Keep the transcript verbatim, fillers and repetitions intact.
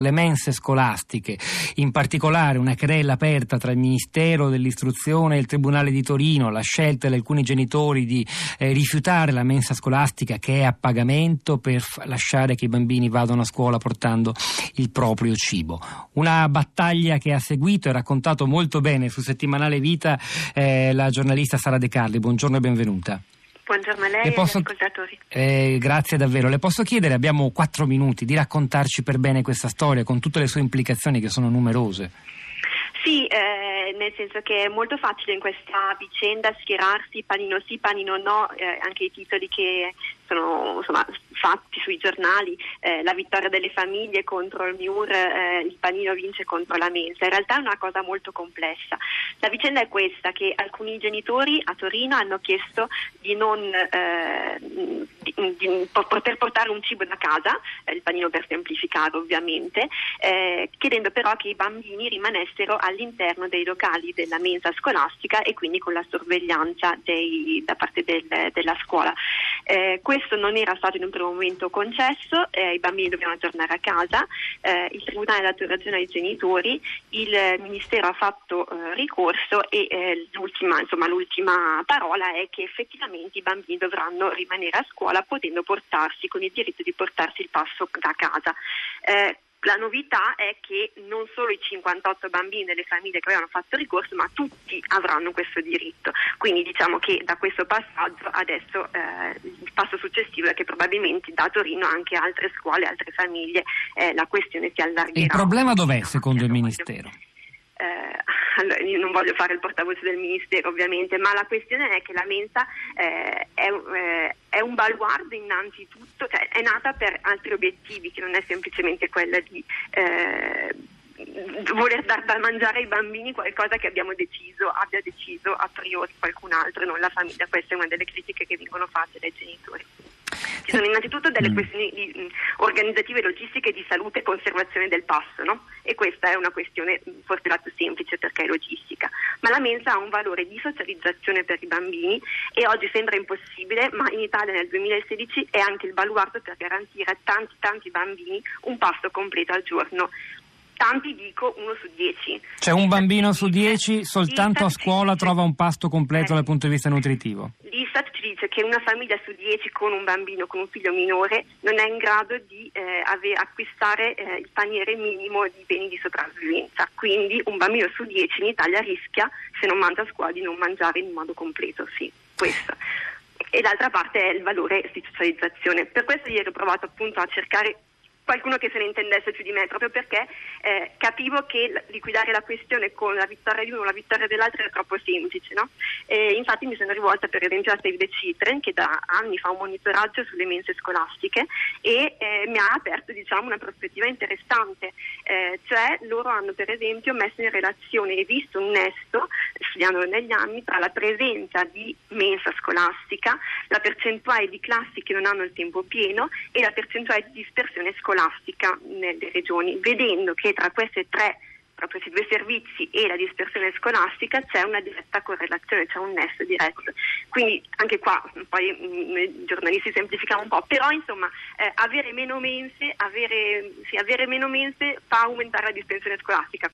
Le mense scolastiche, in particolare una querela aperta tra il Ministero dell'Istruzione e il Tribunale di Torino, la scelta di alcuni genitori di eh, rifiutare la mensa scolastica che è a pagamento per f- lasciare che i bambini vadano a scuola portando il proprio cibo. Una battaglia che ha seguito e raccontato molto bene sul settimanale Vita eh, la giornalista Sara De Carli. Buongiorno e benvenuta. Buongiorno a lei e posso... agli ascoltatori. Eh, grazie davvero. Le posso chiedere, abbiamo quattro minuti, di raccontarci per bene questa storia con tutte le sue implicazioni che sono numerose? Sì, eh, nel senso che è molto facile in questa vicenda schierarsi panino sì, panino no, eh, anche i titoli che sono insomma fatti sui giornali, eh, la vittoria delle famiglie contro il M I U R, eh, il panino vince contro la mensa. In realtà è una cosa molto complessa. La vicenda è questa, che alcuni genitori a Torino hanno chiesto di non eh, di, di poter portare un cibo da casa, eh, il panino per semplificare ovviamente, eh, chiedendo però che i bambini rimanessero all'interno dei locali della mensa scolastica e quindi con la sorveglianza dei, da parte del, della scuola. Eh, questo non era stato in un primo momento concesso, eh, i bambini dovevano tornare a casa, eh, il tribunale ha dato ragione ai genitori, il ministero ha fatto eh, ricorso e eh, l'ultima, insomma, l'ultima parola è che effettivamente i bambini dovranno rimanere a scuola potendo portarsi, con il diritto di portarsi il pasto da casa. Eh, La novità è che non solo i cinquantotto bambini delle famiglie che avevano fatto ricorso, ma tutti avranno questo diritto. Quindi diciamo che da questo passaggio adesso eh, il passo successivo è che probabilmente da Torino anche altre scuole, altre famiglie, eh, la questione si allargherà. Il problema dov'è secondo il Ministero? Eh, allora, io non voglio fare il portavoce del Ministero ovviamente, ma la questione è che la mensa eh, è, eh, è un baluardo innanzitutto, cioè è nata per altri obiettivi, che non è semplicemente quella di eh, voler dar da mangiare ai bambini qualcosa che abbiamo deciso, abbia deciso a priori qualcun altro e non la famiglia. Questa è una delle critiche che vengono fatte dai genitori. Ci sono innanzitutto delle questioni di, mh, organizzative e logistiche di salute e conservazione del pasto, no? E questa è una questione mh, forse la più semplice perché è logistica. Ma la mensa ha un valore di socializzazione per i bambini e oggi sembra impossibile, ma in Italia nel duemilasedici è anche il baluardo per garantire a tanti tanti bambini un pasto completo al giorno. Tanti dico uno su dieci. Cioè un bambino su dieci soltanto a scuola trova un pasto completo dal punto di vista nutritivo. L'Istat ci dice che una famiglia su dieci con un bambino, con un figlio minore, non è in grado di eh, ave- acquistare eh, il paniere minimo di beni di sopravvivenza. Quindi un bambino su dieci in Italia rischia, se non mangia a scuola, di non mangiare in modo completo. Sì, questo. E l'altra parte è il valore di socializzazione. Per questo ieri ho provato appunto a cercare qualcuno che se ne intendesse più di me, proprio perché eh, capivo che liquidare la questione con la vittoria di uno o la vittoria dell'altro era troppo semplice, no? E infatti mi sono rivolta per esempio a Save the Children, che da anni fa un monitoraggio sulle mense scolastiche e eh, mi ha aperto diciamo una prospettiva interessante, eh, cioè loro hanno per esempio messo in relazione e visto un nesso, studiandolo negli anni, tra la presenza di mensa scolastica, la percentuale di classi che non hanno il tempo pieno e la percentuale di dispersione scolastica nelle regioni, vedendo che tra queste tre, tra questi due servizi e la dispersione scolastica c'è una diretta correlazione, c'è un nesso diretto. Quindi anche qua poi noi giornalisti semplifichiamo un po', però insomma eh, avere meno mense, avere, sì, avere meno mense fa aumentare la dispersione scolastica.